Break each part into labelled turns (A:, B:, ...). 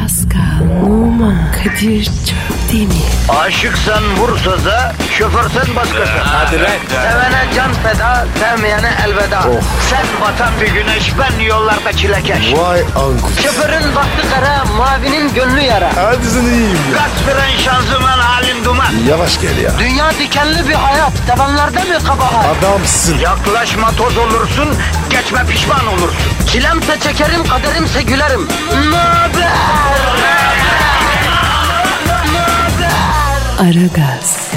A: Pascal, Oman, Kadir çok değil mi?
B: Aşıksan vursa da, şoförsen başkasın.
C: Hadi lan.
B: Sevene can feda, sevmeyene elveda. Sen batan bir güneş, ben yollarda çilekeş.
C: Vay anku.
B: Şoförün baktı kara, mavinin gönlü yara.
C: Hadi sen iyiyim ya.
B: Kasperen şanzıman halin duman.
C: Yavaş gel ya.
B: Dünya dikenli bir hayat, sevenlerde mi kabahar?
C: Adamsın.
B: Yaklaşma toz olursun, geçme pişman olursun. Çilemse çekerim, kaderimse gülerim. Möber!
A: Aragaz.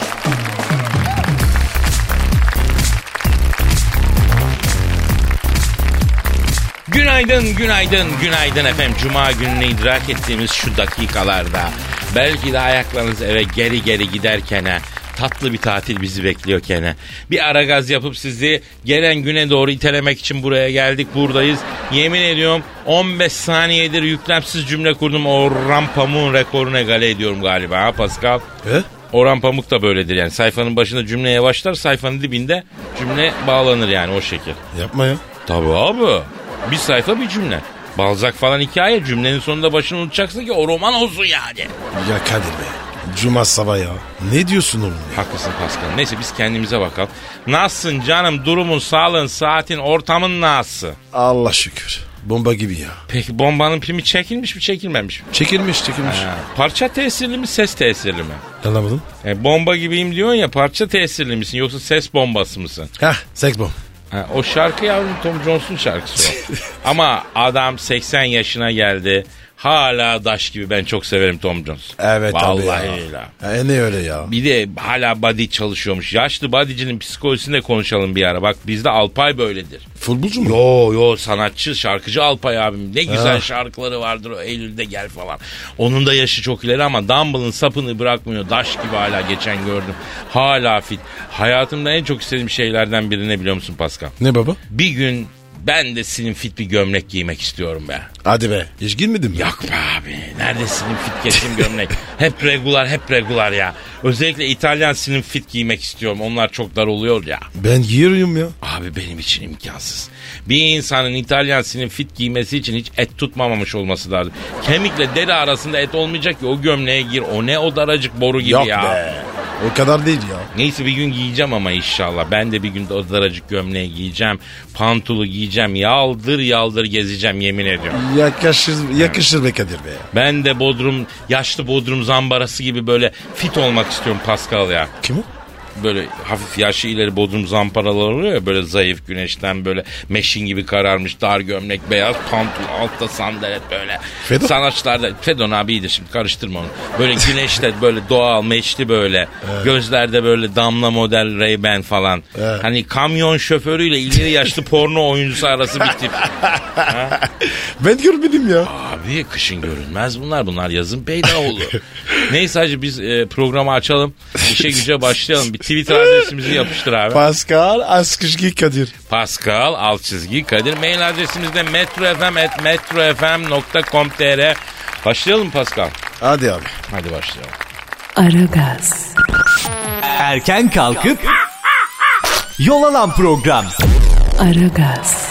D: Günaydın, günaydın, günaydın efendim. Cuma gününü idrak ettiğimiz şu dakikalarda belki de ayaklarınız eve geri geri giderken tatlı bir tatil bizi bekliyorken bir ara gaz yapıp sizi gelen güne doğru itelemek için buraya geldik, buradayız. Yemin ediyorum 15 saniyedir yüklemsiz cümle kurdum. Orhan Pamuk'un rekorunu egale ediyorum galiba ha Pascal? Orhan Pamuk da böyledir yani. Sayfanın başında cümle yavaşlar, sayfanın dibinde cümle bağlanır yani, o şekil.
C: Yapma ya.
D: Tabii abi. Bir sayfa bir cümle. Balzac falan hikaye, cümlenin sonunda başını unutacaksın ki o roman olsun yani.
C: Ya Kadir be. Cuma sabah ya. Ne diyorsun oğlum ya?
D: Haklısın Pascal. Neyse biz kendimize bakalım. Nasılsın canım, durumun, sağlığın, saatin, ortamın nasıl?
C: Allah şükür. Bomba gibi ya.
D: Peki bombanın pimi çekilmiş mi çekilmemiş mi?
C: Çekilmiş.
D: Parça tesirli mi ses tesirli mi?
C: Anlamadım.
D: Bomba gibiyim diyorsun ya, parça tesirli misin yoksa ses bombası mısın?
C: Hah, seks bomb.
D: O şarkı yavrum Tom Jones'un şarkısı o. Ama adam 80 yaşına geldi. Hala daş gibi, ben çok severim Tom Jones.
C: Evet
D: vallahi
C: abi ya.
D: Öyle.
C: Ne öyle ya.
D: Bir de hala body çalışıyormuş. Yaşlı bodycinin psikolojisini de konuşalım bir ara. Bak bizde Alpay böyledir.
C: Futbolcu mu?
D: Yo sanatçı, şarkıcı Alpay abim. Ne güzel şarkıları vardır o, Eylül'de gel falan. Onun da yaşı çok ileri ama dumbbell'ın sapını bırakmıyor. Daş gibi hala, geçen gördüm. Hala fit. Hayatımda en çok istediğim şeylerden biri ne biliyor musun Pascal?
C: Ne baba?
D: Bir gün ben de slim fit bir gömlek giymek istiyorum be.
C: Hadi be. Hiç girmedin mi?
D: Yok be abi. Nerede slim fit kesim gömlek? Hep regular ya. Özellikle İtalyan slim fit giymek istiyorum. Onlar çok dar oluyor ya.
C: Ben giyiyorum ya.
D: Abi benim için imkansız. Bir insanın İtalyan slim fit giymesi için hiç et tutmamamış olması lazım. Kemikle deri arasında et olmayacak ki o gömleğe gir. O ne o daracık boru gibi
C: Yok
D: ya.
C: Be. O kadar değil ya.
D: Neyse bir gün giyeceğim ama inşallah. Ben de bir gün o daracık gömleği giyeceğim. Pantolu giyeceğim. Yaldır gezeceğim, yemin ediyorum.
C: Yakışır be Kadir be.
D: Ben de yaşlı Bodrum zambarası gibi böyle fit olmak istiyorum Pascal ya.
C: Kim o?
D: Böyle hafif yaşı ileri Bodrum zamparalar oluyor ya, böyle zayıf, güneşten böyle meşin gibi kararmış, dar gömlek, beyaz pantol, altta sandalet böyle.
C: Fedon?
D: Sanatçılarda Fedon abi iyidir, şimdi karıştırma onu. Böyle güneşte böyle doğal, meşli böyle. Gözlerde böyle damla model Ray-Ban falan. Hani kamyon şoförüyle ileri yaşlı porno oyuncusu arası bir tip.
C: Ben görmedim ya.
D: Abi kışın görünmez bunlar yazın peyda olur. Neyse hacı biz programı açalım. İşe güce başlayalım. Bir Twitter adresimizi yapıştır abi.
C: Pascal _ Kadir.
D: Pascal _ Kadir. Mail adresimiz de metrofm@metrofm.com.tr. Başlayalım Pascal.
C: Hadi abi.
D: Hadi başlayalım.
A: Aragaz.
E: Erken kalkıp yol alan program.
A: Aragaz.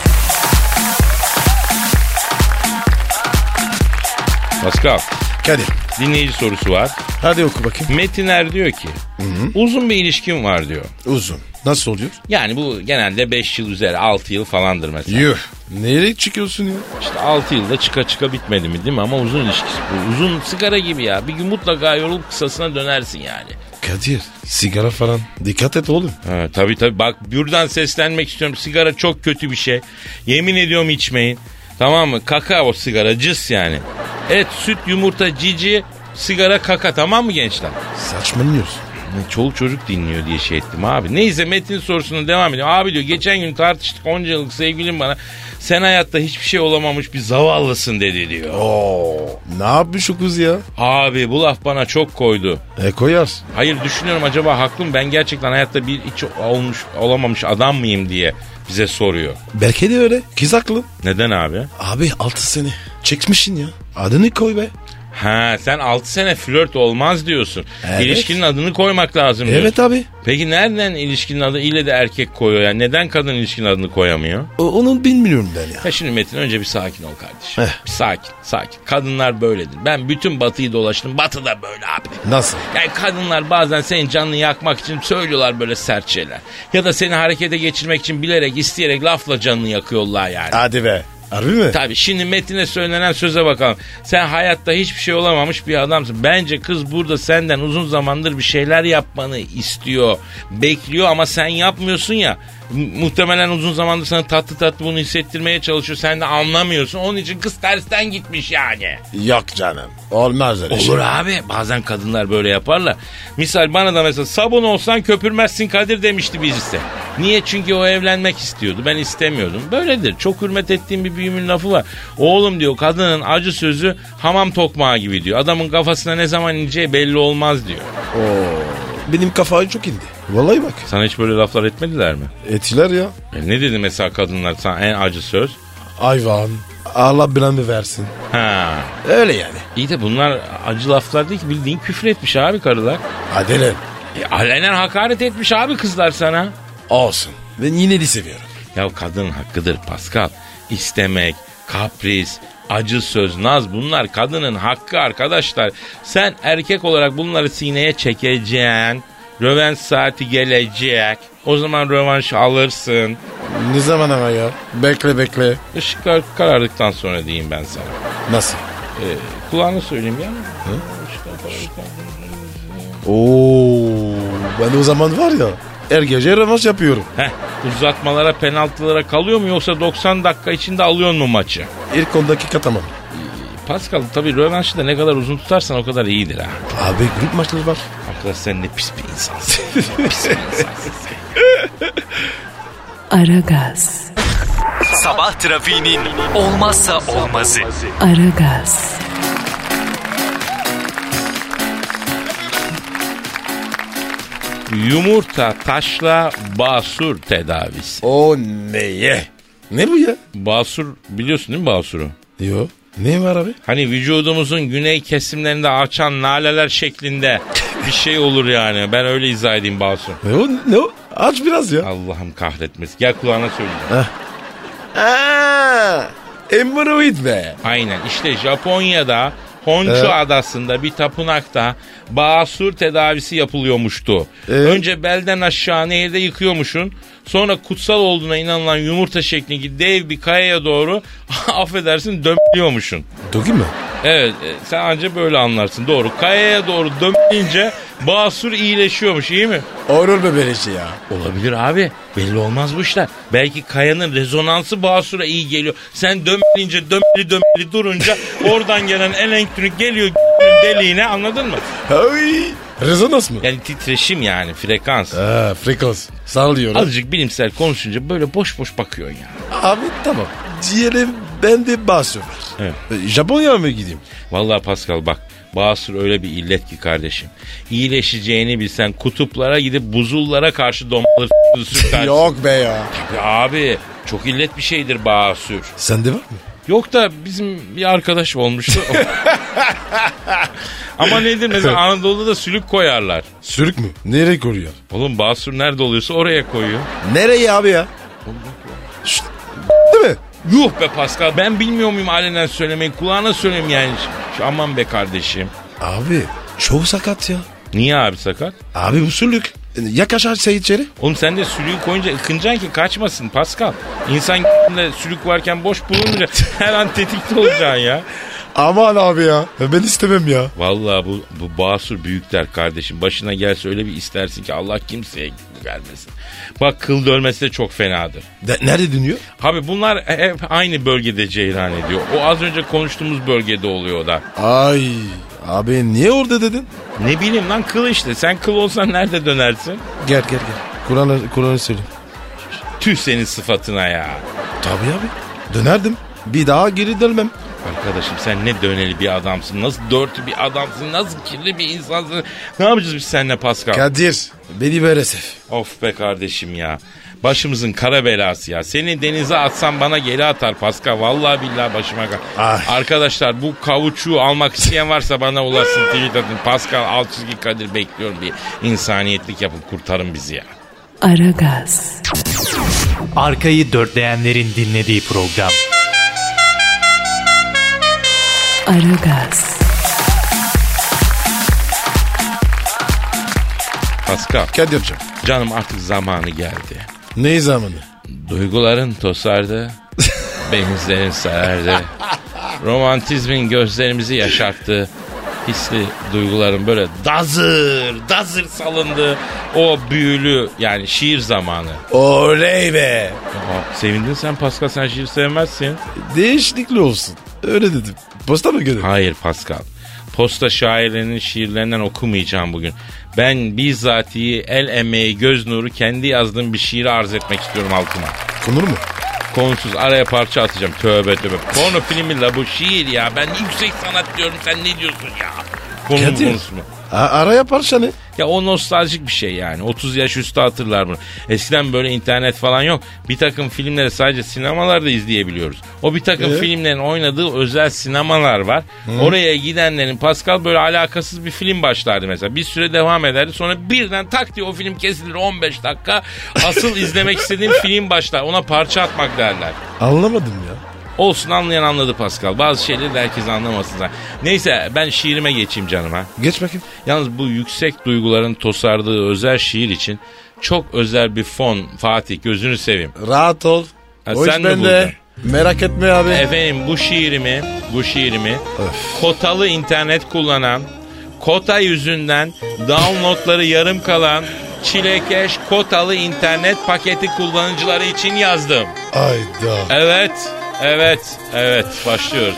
D: Pascal,
C: Kadir.
D: dinleyici sorusu var.
C: Hadi oku bakayım.
D: Metiner diyor ki uzun bir ilişkim var diyor.
C: Uzun. Nasıl oluyor?
D: Yani bu genelde 5 yıl üzeri, 6 yıl falandır mesela.
C: Yuh. Nereye çıkıyorsun ya?
D: İşte 6 yılda çıka bitmedi mi değil mi? Ama uzun ilişkisi bu. Uzun sigara gibi ya. Bir gün mutlaka yorulup kısasına dönersin yani.
C: Kadir, sigara falan. Dikkat et oğlum.
D: Ha, tabii. Bak buradan seslenmek istiyorum. Sigara çok kötü bir şey. Yemin ediyorum içmeyin. Tamam mı? Kakao sigara, cız yani. Et, süt, yumurta, cici, sigara, kaka, tamam mı gençler?
C: Saçmalıyorsun.
D: Çoluk çocuk dinliyor diye şey ettim abi. Neyse Metin sorusuna devam ediyor. Abi diyor geçen gün tartıştık, onca yıllık sevgilim bana sen hayatta hiçbir şey olamamış bir zavallısın dedi diyor.
C: Oo, ne yapmış o kız ya?
D: Abi bu laf bana çok koydu.
C: Koyar.
D: Hayır düşünüyorum, acaba haklı mı? Ben gerçekten hayatta hiç olamamış adam mıyım diye bize soruyor.
C: Belki de öyle. Kız haklı.
D: Neden abi?
C: Abi 6 sene. Çekmişsin ya. Adını koy be.
D: Ha, sen 6 sene flört olmaz diyorsun.
C: Evet.
D: İlişkinin adını koymak lazım diyorsun.
C: Evet abi.
D: Peki nereden ilişkinin adı ile de erkek koyuyor yani? Neden kadın ilişkinin adını koyamıyor?
C: Onu bilmiyorum ben ya.
D: Ya şimdi Metin önce bir sakin ol kardeşim. Bir sakin. Kadınlar böyledir. Ben bütün batıyı dolaştım. Batı da böyle abi.
C: Nasıl?
D: Yani kadınlar bazen senin canını yakmak için söylüyorlar böyle sert şeyler. Ya da seni harekete geçirmek için bilerek, isteyerek lafla canını yakıyorlar yani.
C: Hadi be. Harbi mi?
D: Tabii şimdi Metin'e söylenen söze bakalım. Sen hayatta hiçbir şey olamamış bir adamsın. Bence kız burada senden uzun zamandır bir şeyler yapmanı istiyor. Bekliyor ama sen yapmıyorsun ya. Muhtemelen uzun zamandır sana tatlı bunu hissettirmeye çalışıyor. Sen de anlamıyorsun. Onun için kız tersten gitmiş yani.
C: Yok canım. Olmaz öyle şey.
D: Olur abi. Bazen kadınlar böyle yaparlar. Misal bana da mesela sabun olsan köpürmezsin Kadir demişti birisi. Niye? Çünkü o evlenmek istiyordu. Ben istemiyordum. Böyledir. Çok hürmet ettiğim bir büyümün lafı var. Oğlum diyor kadının acı sözü hamam tokmağı gibi diyor. Adamın kafasına ne zaman ineceği belli olmaz diyor.
C: Benim kafayı çok indi. Vallahi bak.
D: Sana hiç böyle laflar etmediler mi?
C: Etiler ya.
D: Ne dedi mesela kadınlar sana en acı söz?
C: Hayvan. Allah bilanı versin.
D: Ha.
C: Öyle yani.
D: İyi de bunlar acı laflar değil ki bildiğin küfür etmiş abi karılar.
C: Hadi lan.
D: Alenen hakaret etmiş abi kızlar sana.
C: Olsun. Ben yine de seviyorum.
D: Ya kadın hakkıdır Pascal. İstemek, kapris, acı söz, naz bunlar kadının hakkı arkadaşlar. Sen erkek olarak bunları sineye çekeceksin. Rövanş saati gelecek. O zaman rövanş alırsın.
C: Ne zaman ama ya? Bekle.
D: Işıklar karardıktan sonra diyeyim ben sana.
C: Nasıl?
D: Kulağına söyleyeyim ya.
C: Oo, ben o zaman var ya her gece rövanş yapıyorum.
D: Uzatmalara, penaltılara kalıyor mu yoksa 90 dakika içinde alıyor mu maçı?
C: İlk 10 dakika tamam.
D: Pascal tabii rövanşı da ne kadar uzun tutarsan o kadar iyidir ha.
C: Abi grup maçları var.
D: Arkadaş sen ne pis bir insansın. Pis bir insansın.
A: Aragaz,
E: Sabah trafiğinin olmazsa olmazı.
A: Aragaz,
D: Yumurta, taşla, basur tedavisi.
C: O neye? Ne bu ya?
D: Basur biliyorsun değil mi basuru?
C: Yo. Ne var abi?
D: Hani vücudumuzun güney kesimlerinde açan laleler şeklinde bir şey olur yani. Ben öyle izah edeyim basur.
C: Ne o? Aç biraz ya.
D: Allah'ım kahretmesin. Gel kulağına söyleyeyim.
C: Hemoroid be.
D: Aynen işte Japonya'da Honshu adasında bir tapınakta basur tedavisi yapılıyormuştu. Önce belden aşağı nehirde yıkıyormuşsun. Sonra kutsal olduğuna inanılan yumurta şeklindeki dev bir kayaya doğru affedersin dömüyormuşsun.
C: Dogi mi?
D: Evet sen anca böyle anlarsın doğru. Kayaya doğru dömünce basur iyileşiyormuş iyi mi?
C: Olur mu böyle şey ya?
D: Olabilir abi. Belli olmaz bu işler. Belki kayanın rezonansı basura iyi geliyor. Sen dömlince dömli durunca oradan gelen elektrik geliyor deliğine anladın mı?
C: Ay, rezonans mı?
D: Yani titreşim yani frekans.
C: Frekans. Sallıyor.
D: Azıcık bilimsel konuşunca böyle boş boş bakıyorsun ya.
C: Abi tamam. Diyelim ben de basur var.
D: Evet.
C: Japonya'ya mı gideyim?
D: Vallahi Pascal bak basur öyle bir illet ki kardeşim. İyileşeceğini bilsen kutuplara gidip buzullara karşı domalı sürtersin.
C: Yok be ya.
D: Abi çok illet bir şeydir basur.
C: Sende var mı?
D: Yok da bizim bir arkadaş olmuştu. Ama nedir mesela Anadolu'da da sülük koyarlar.
C: Sürük mü? Nereye koruyor?
D: Oğlum basur nerede oluyorsa oraya koyuyor.
C: Nereye abi ya? Şşt, değil mi?
D: Yuh be Pascal ben bilmiyor muyum alenen söylemeyi kulağına söyleyeyim yani. Aman be kardeşim.
C: Abi çok sakat ya.
D: Niye abi sakat?
C: Abi bu sürük. Ya kaçarsa içeri?
D: Oğlum sen de sülüğü koyunca ıkınacaksın ki kaçmasın Pascal. İnsan g***inde sülük varken boş bulununca her an tetikte olacaksın ya.
C: Aman abi ya. Ben istemem ya.
D: Vallahi bu basur büyükler kardeşim. Başına gelse öyle bir istersin ki Allah kimseye vermesin. Bak kıl dönmesi de çok fenadır.
C: Nerede dönüyor?
D: Abi bunlar hep aynı bölgede cereyan ediyor. O az önce konuştuğumuz bölgede oluyor da.
C: Ay abi niye orada dedin?
D: Ne bileyim lan kıl işte. Sen kıl olsan nerede dönersin?
C: Gel. Kur'an'ı söyle.
D: Tüh senin sıfatına ya.
C: Tabii abi. Dönerdim. Bir daha geri dönmem.
D: Arkadaşım sen ne döneli bir adamsın. Nasıl dörtlü bir adamsın. Nasıl kirli bir insansın. Ne yapacağız biz seninle Pascal?
C: Kadir beni böyle sev.
D: Of be kardeşim ya. Başımızın kara belası ya. Seni denize atsam bana geri atar Pascal. Vallahi billahi başıma
C: Ay.
D: Arkadaşlar bu kavuçuğu almak isteyen varsa bana ulaşsın. Tweet atın. Pascal _Kadir bekliyor bir insaniyetlik yapıp kurtarın bizi ya.
A: Aragaz,
E: Arkayı dörtleyenlerin dinlediği program.
A: Aragaz,
D: Pascal,
C: Kadir'cim.
D: canım artık zamanı geldi.
C: Ne zamanı?
D: Duyguların tosardı, benizlerin sarardı. Romantizmin gözlerimizi yaşarttı. Hisli duyguların böyle dazır salındı. O büyülü yani şiir zamanı.
C: Oley be.
D: Aa, sevindin sen Pascal, sen şiir sevmezsin.
C: Değişiklikli olsun. Öyle dedim. Posta mı gördün?
D: Hayır Pascal. Posta şairlerinin şiirlerinden okumayacağım bugün. Ben bizzatihi el emeği göz nuru kendi yazdığım bir şiiri arz etmek istiyorum halkıma.
C: Konur mu?
D: Konusuz araya parça atacağım. Tövbe. Porno filmi la bu şiir ya. Ben yüksek sanat diyorum, sen ne diyorsun ya? Konu
C: Kadir.
D: konusu mu?
C: Araya parça ne?
D: Ya o nostaljik bir şey yani. 30 yaş üstü hatırlar bunu. Eskiden böyle internet falan yok. Bir takım filmleri sadece sinemalarda izleyebiliyoruz. O bir takım filmlerin oynadığı özel sinemalar var. Oraya gidenlerin Pascal böyle alakasız bir film başlardı mesela. Bir süre devam ederdi. Sonra birden tak diye o film kesilir 15 dakika. Asıl izlemek istediğim film başlar. Ona parça atmak derler.
C: Anlamadım ya.
D: Olsun, anlayan anladı Pascal. Bazı şeyleri de herkes anlamasın zaten. Neyse ben şiirime geçeyim canım ha.
C: Geç bakayım.
D: Yalnız bu yüksek duyguların tosardığı özel şiir için çok özel bir fon Fatih, gözünü seveyim.
C: Rahat ol.
D: Ha,
C: O
D: sen
C: iş
D: mi
C: bende.
D: buldun?
C: Merak etme abi.
D: Efendim bu şiirimi kotalı internet kullanan, kota yüzünden downloadları yarım kalan çilekeş kotalı internet paketi kullanıcıları için yazdım.
C: Ayda.
D: Evet başlıyoruz.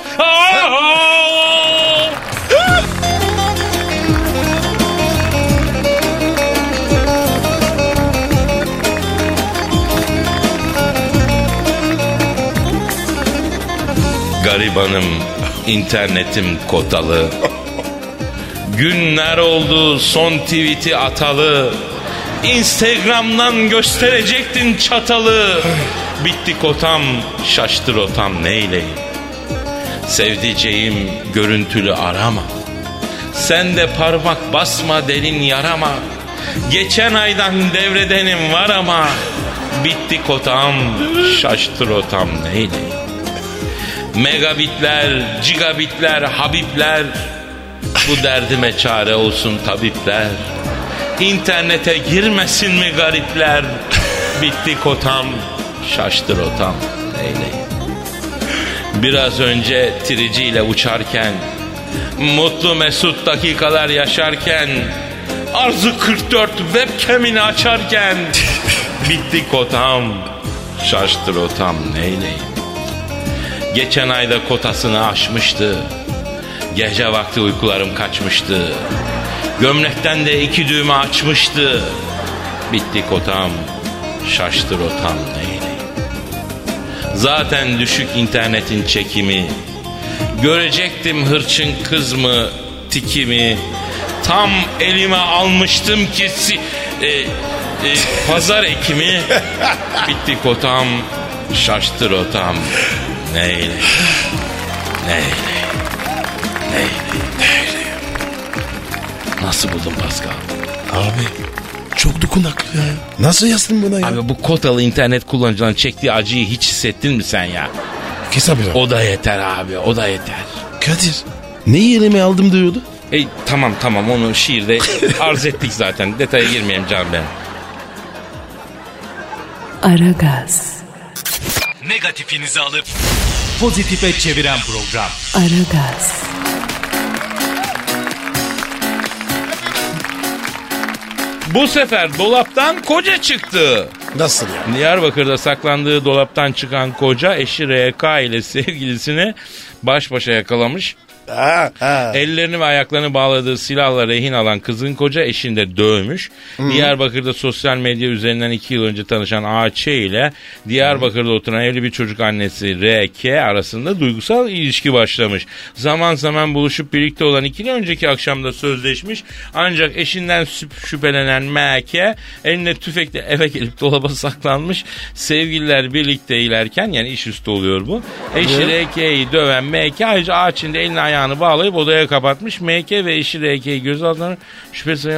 D: Garibanım, internetim kotalı. Günler oldu son tweet'i atalı. Instagram'dan gösterecektin çatalı. Bitti kotam, şaştı rotam, neyleyim? Sevdiceğim görüntülü arama. Sen de parmak basma derin yarama. Geçen aydan devredenim var ama. Bitti kotam, şaştı rotam, neyleyim? Megabitler, gigabitler, habipler. Bu derdime çare olsun tabipler. İnternete girmesin mi garipler? Bitti kotam, şaştı rotam, neyleyim? Biraz önce triciyle uçarken, mutlu mesut dakikalar yaşarken, Arzu 44 webcam'ini açarken, bitti kotam, şaştı rotam, neyleyim? Geçen ayda kotasını aşmıştı. Gece vakti uykularım kaçmıştı. Gömlekten de 2 düğme açmıştı. Bitti kotam, şaştı rotam, neyleyim? Zaten düşük internetin çekimi. Görecektim hırçın kız mı, tiki mi? Tam elime almıştım ki pazar ekimi. Bitti kotam, şaştı rotam, neyleyim? Nasıl buldun Pascal?
C: Abi çok dokunaklı ya. Nasıl yazdın buna ya?
D: Abi bu kotalı internet kullanıcıların çektiği acıyı hiç hissettin mi sen ya?
C: Kes abi.
D: O da yeter abi, o da yeter.
C: Kadir neyi elime aldım diyordu?
D: Tamam onu şiirde arz ettik zaten. Detaya girmeyeyim canım ben.
A: Aragaz,
E: Negatifinizi alıp pozitife çeviren program.
A: Aragaz,
D: Bu sefer dolaptan koca çıktı.
C: Nasıl ya?
D: Diyarbakır'da saklandığı dolaptan çıkan koca eşi RK ile sevgilisini baş başa yakalamış. Ellerini ve ayaklarını bağladığı silahla rehin alan kızın koca eşini de dövmüş. Diyarbakır'da sosyal medya üzerinden 2 yıl önce tanışan A.Ç. ile Diyarbakır'da oturan evli bir çocuk annesi R.K. arasında duygusal ilişki başlamış. Zaman zaman buluşup birlikte olan ikili önceki akşamda sözleşmiş. Ancak eşinden şüphelenen M.K. elinde tüfekle eve gelip dolaba saklanmış. Sevgililer birlikte ilerken, yani iş üstü oluyor bu. Eşi R.K.'yi döven M.K. ayrıca ağaçında elini ayağını bağlayıp odaya kapatmış. M.K. ve eşi R.K.'yi gözaltına şüphesiz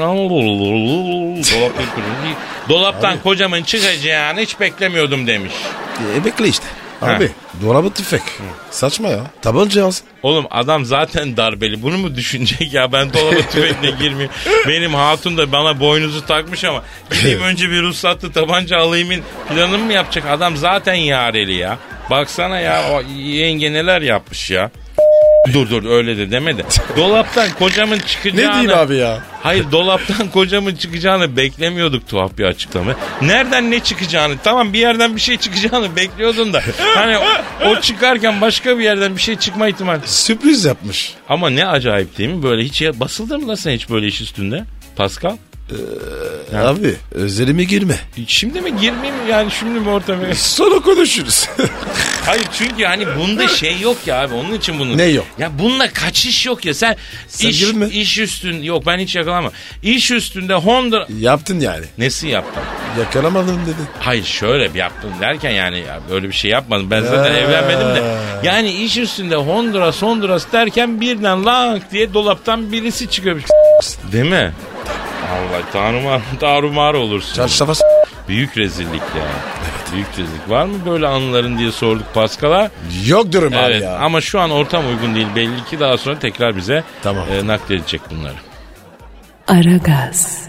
D: dolaptan kocamın çıkacağını hiç beklemiyordum demiş.
C: Bekle işte. Abi dolabı tüfek. Saçma ya. Tabanca alsın.
D: Oğlum adam zaten darbeli. Bunu mu düşünecek ya? Ben dolaba tüfekle girmeyeyim. Benim hatun da bana boynuzu takmış ama gideyim önce bir ruhsatlı tabanca alayımın planını mı yapacak? Adam zaten yareli ya. Baksana ya, o yenge neler yapmış ya. Dur öyle de deme de. Dolaptan kocamın çıkacağını...
C: Ne diyeyim abi ya?
D: Hayır, dolaptan kocamın çıkacağını beklemiyorduk, tuhaf bir açıklama. Nereden ne çıkacağını, tamam bir yerden bir şey çıkacağını bekliyordun da. Hani o çıkarken başka bir yerden bir şey çıkma ihtimali.
C: Sürpriz yapmış.
D: Ama ne acayip değil mi? Böyle hiç basıldın mı lan sen hiç böyle iş üstünde Pascal?
C: Abi özelime girme.
D: Şimdi mi girmeyeyim yani, şimdi mi ortamaya?
C: Sonra konuşuruz.
D: Hayır çünkü hani bunda şey yok ya abi, onun için bunu.
C: Ne yok?
D: Ya bununla kaçış yok ya, sen iş üstün yok, ben hiç yakalamam. İş üstünde Honduras.
C: Yaptın yani.
D: Nesi yaptın?
C: Yakalamadım dedi.
D: Hayır şöyle bir yaptın derken yani ya böyle bir şey yapmadım. Ben zaten evlenmedim de. Yani iş üstünde Honduras derken birden lank diye dolaptan birisi çıkıyor. Değil mi? Allah tarumar olursun.
C: Çarşafa
D: Büyük rezillik ya. Evet. Büyük rezillik. Var mı böyle anıların diye sorduk Pascal'a.
C: Yok durum
D: evet,
C: abi ya.
D: Ama şu an ortam uygun değil. Belli ki daha sonra tekrar bize nakledecek bunları.
A: Aragaz.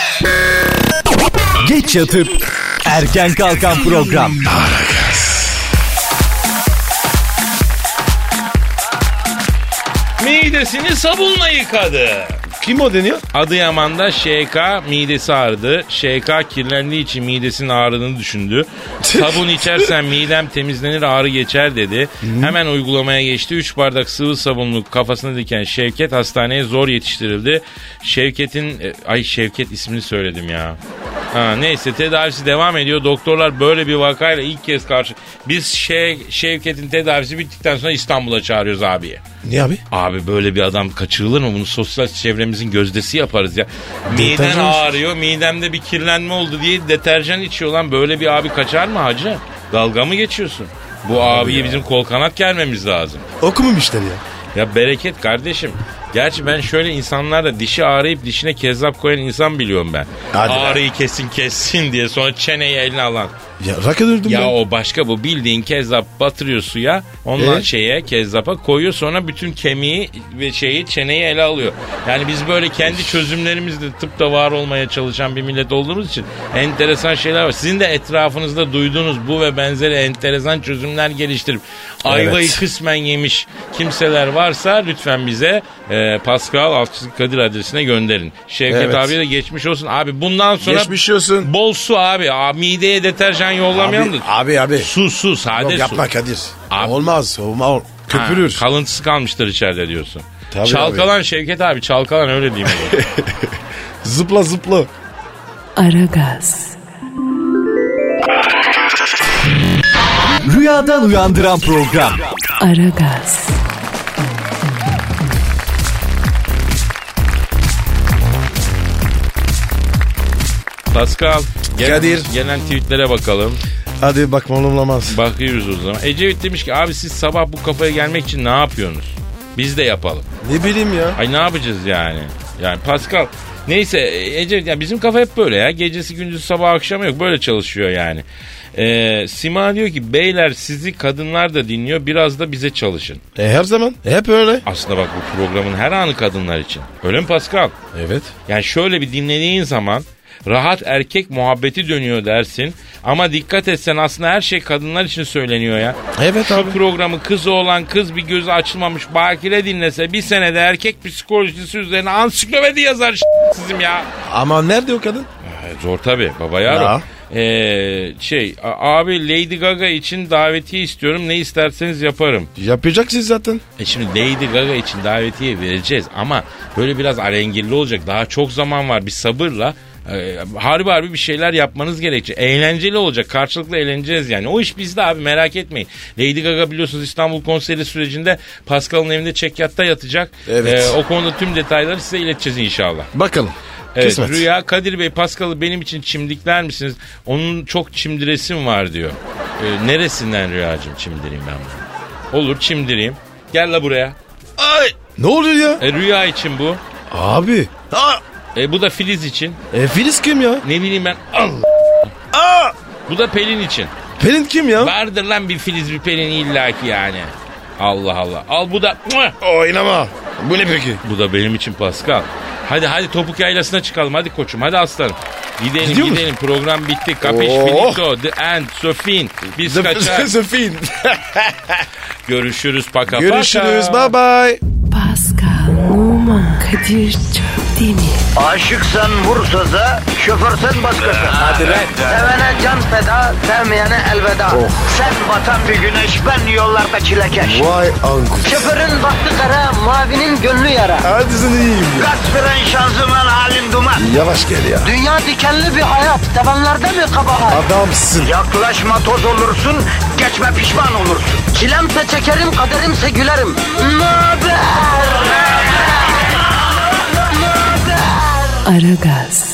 E: Geç yatıp erken kalkan program.
C: Aragaz.
D: Midesini sabunla yıkadı.
C: Kim o deniyor?
D: Adıyaman'da ŞK midesi ağrıdı. ŞK kirlendiği için midesinin ağrıdığını düşündü. Sabun içersen midem temizlenir, ağrı geçer dedi. Hemen uygulamaya geçti. 3 bardak sıvı sabunlu kafasına diken Şevket hastaneye zor yetiştirildi. Şevket ismini söyledim ya. Neyse, tedavisi devam ediyor. Doktorlar böyle bir vakayla ilk kez karşı. Biz Şevket'in tedavisi bittikten sonra İstanbul'a çağırıyoruz abiye.
C: Ne abi?
D: Abi böyle bir adam kaçırılır mı? Bunu sosyal çevremizin gözdesi yaparız ya. Miden ağrıyor, midemde bir kirlenme oldu diye deterjan içiyor lan. Böyle bir abi kaçar mı hacı? Dalga mı geçiyorsun? Bu abiye bizim kol kanat gelmemiz lazım.
C: Okumamışlar ya.
D: Ya bereket kardeşim. Gerçi ben şöyle insanlarda dişi ağrıyıp dişine kezzap koyan insan biliyorum ben.
C: Hadi
D: ağrıyı kessin diye sonra çeneyi eline alan.
C: Ya rakı dördüm
D: ya
C: ben.
D: O başka, bu bildiğin kezzap batırıyor suya. Ondan kezzapa koyuyor, sonra bütün kemiği ve çeneyi ele alıyor. Yani biz böyle kendi çözümlerimizle tıpta var olmaya çalışan bir millet olduğumuz için enteresan şeyler var. Sizin de etrafınızda duyduğunuz bu ve benzeri enteresan çözümler geliştirip ayvayı kısmen yemiş kimseler varsa lütfen bize Pascal Altçılık Kadir adresine gönderin. Şevket abiye de geçmiş olsun. Abi bundan sonra
C: geçmiş olsun.
D: Bol su abi. Mideye deterjan yollamayalım da.
C: Abi.
D: Su sade su.
C: Yapma Kadir.
D: Abi.
C: Olmaz. Köpürür.
D: Kalıntısı kalmıştır içeride diyorsun.
C: Tabii
D: çalkalan
C: abi.
D: Şevket abi, çalkalan, öyle diyeyim.
C: Zıpla.
A: Aragaz.
E: Rüyadan uyandıran program.
A: Aragaz.
D: Pascal,
C: Kadir.
D: gelen tweetlere bakalım.
C: Hadi bakmalım olamaz.
D: Bakıyoruz o zaman. Ecevit demiş ki abi siz sabah bu kafaya gelmek için ne yapıyorsunuz? Biz de yapalım.
C: Ne bileyim ya.
D: Ay ne yapacağız yani? Yani Pascal, neyse Ecevit, yani bizim kafa hep böyle ya. Gecesi gündüzü sabah akşamı yok, böyle çalışıyor yani. Sima diyor ki beyler sizi kadınlar da dinliyor, biraz da bize çalışın.
C: Her zaman. Hep öyle.
D: Aslında bak, bu programın her anı kadınlar için. Öyle mi Pascal?
C: Evet.
D: Yani şöyle bir dinlediğin zaman rahat erkek muhabbeti dönüyor dersin. Ama dikkat etsen aslında her şey kadınlar için söyleniyor ya.
C: Evet
D: Şu
C: abi.
D: programı kızı olan kız bir gözü açılmamış bakire dinlese bir senede erkek psikolojisi üzerine ansiklopedi yazar sizim ya.
C: Ama nerede o kadın?
D: Zor tabii baba yaro. Abi Lady Gaga için davetiye istiyorum. Ne isterseniz yaparım.
C: Yapacaksınız zaten.
D: Şimdi Lady Gaga için davetiye vereceğiz ama böyle biraz alengirli olacak. Daha çok zaman var. Bir sabırla harbi bir şeyler yapmanız gerekecek. Eğlenceli olacak. Karşılıklı eğleneceğiz yani. O iş bizde abi, merak etmeyin. Lady Gaga biliyorsunuz İstanbul konseri sürecinde Pascal'ın evinde çekyatta yatacak.
C: Evet.
D: O konuda tüm detayları size ileteceğiz inşallah.
C: Bakalım.
D: Evet,
C: Kısmet.
D: Rüya, Kadir Bey Pascal'ı benim için çimdikler misiniz? Onun çok çimdiresim var diyor. Neresinden Rüyacığım çimdireyim ben bunu? Olur, çimdireyim. Gel la buraya.
C: Ay. Ne oluyor ya?
D: Rüya için bu.
C: Abi.
D: Bu da Filiz için.
C: Filiz kim ya?
D: Ne bileyim ben. Allah. Bu da Pelin için.
C: Pelin kim ya?
D: Vardır lan bir Filiz bir Pelin illaki yani. Allah Allah. Al bu da.
C: Oynama. Bu ne peki?
D: Bu da benim için Pascal. Hadi topuk yaylasına çıkalım. Hadi koçum, hadi aslanım. Gidelim. Program bitti. Kapiş finito. The end. Sofin. Biz kaçar.
C: Sofin.
D: Görüşürüz. Paka.
C: Görüşürüz. Bye bye.
A: Pascal, Oman, Kadir çok değil mi?
B: Aşıksan vursa da, şoförsen başkasın.
E: Hadi lan.
B: Sevene can feda, sevmeyene elveda. Sen batan bir güneş, ben yollarda çilekeş.
C: Vay anku.
B: Şoförün baktı kara, mavinin gönlü yara.
C: Hadi sen iyiyim ya.
B: Kasperen şanzıman halin duman.
C: Yavaş gel ya.
B: Dünya dikenli bir hayat, sevenlerde mi kabahar?
C: Adamsın.
B: Yaklaşma toz olursun, geçme pişman olursun. Çilemse çekerim, kaderimse gülerim. Möber!
A: Aragaz.